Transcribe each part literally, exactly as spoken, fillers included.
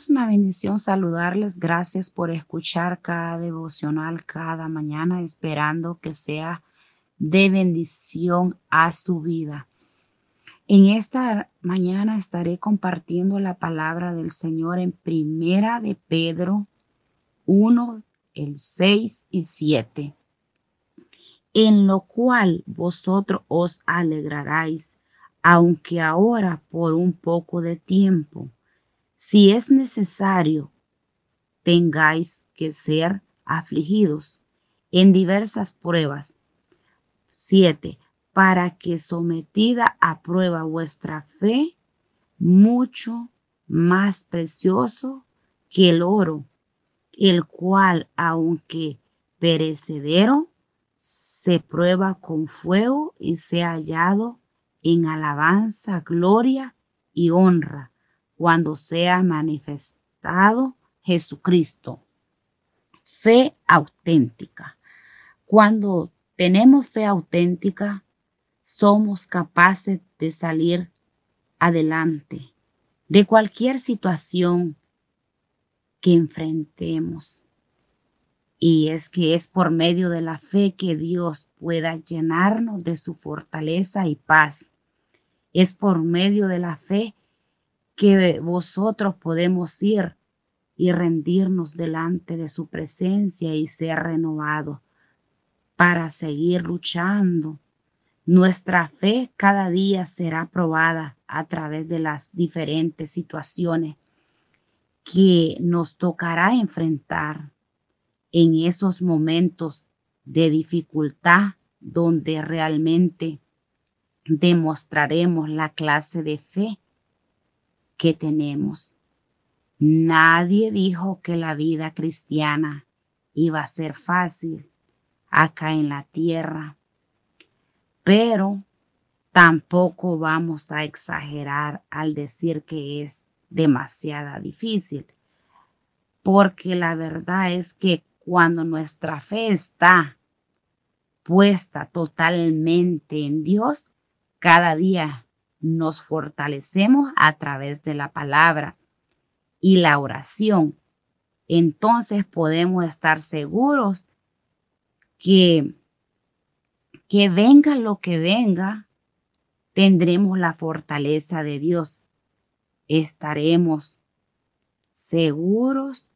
es una bendición saludarles. Gracias por escuchar cada devocional cada mañana, esperando que sea de bendición a su vida. En esta mañana estaré compartiendo la palabra del Señor en Primera de Pedro uno, el seis y siete. En lo cual vosotros os alegraréis, aunque ahora por un poco de tiempo, si es necesario, tengáis que ser afligidos en diversas pruebas. siete. Para que sometida a prueba vuestra fe, mucho más precioso que el oro, el cual, aunque perecedero, se prueba con fuego y sea hallado en alabanza, gloria y honra, cuando sea manifestado Jesucristo. Fe auténtica. Cuando tenemos fe auténtica, somos capaces de salir adelante de cualquier situación que enfrentemos. Y es que es por medio de la fe que Dios pueda llenarnos de su fortaleza y paz. Es por medio de la fe que vosotros podemos ir y rendirnos delante de su presencia y ser renovados para seguir luchando. Nuestra fe cada día será probada a través de las diferentes situaciones que nos tocará enfrentar en esos momentos de dificultad donde realmente demostraremos la clase de fe que tenemos. Nadie dijo que la vida cristiana iba a ser fácil acá en la tierra, pero tampoco vamos a exagerar al decir que es demasiado difícil, porque la verdad es que cuando nuestra fe está puesta totalmente en Dios, cada día nos fortalecemos a través de la palabra y la oración. Entonces podemos estar seguros que, que venga lo que venga, tendremos la fortaleza de Dios. Estaremos seguros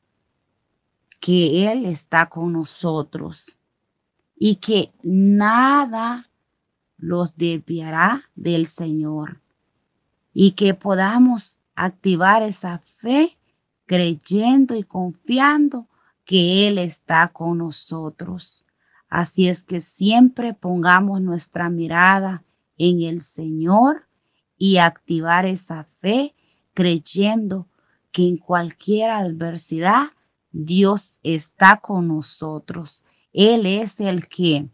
que Él está con nosotros y que nada los desviará del Señor, y que podamos activar esa fe creyendo y confiando que Él está con nosotros. Así es que siempre pongamos nuestra mirada en el Señor y activar esa fe creyendo que en cualquier adversidad Dios está con nosotros. Él es el que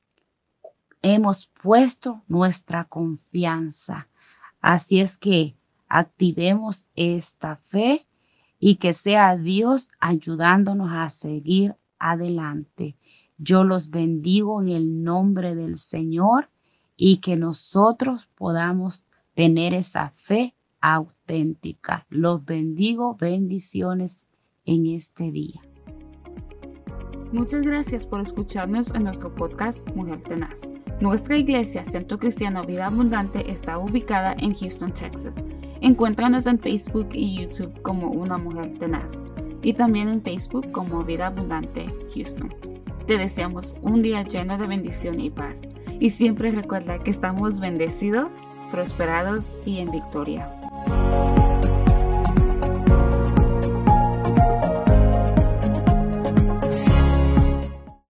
hemos puesto nuestra confianza. Así es que activemos esta fe y que sea Dios ayudándonos a seguir adelante. Yo los bendigo en el nombre del Señor y que nosotros podamos tener esa fe auténtica. Los bendigo, bendiciones en este día. Muchas gracias por escucharnos en nuestro podcast Mujer Tenaz. Nuestra iglesia, Centro Cristiano Vida Abundante, está ubicada en Houston, Texas. Encuéntranos en Facebook y YouTube como Una Mujer Tenaz y también en Facebook como Vida Abundante Houston. Te deseamos un día lleno de bendición y paz. Y siempre recuerda que estamos bendecidos, prosperados y en victoria.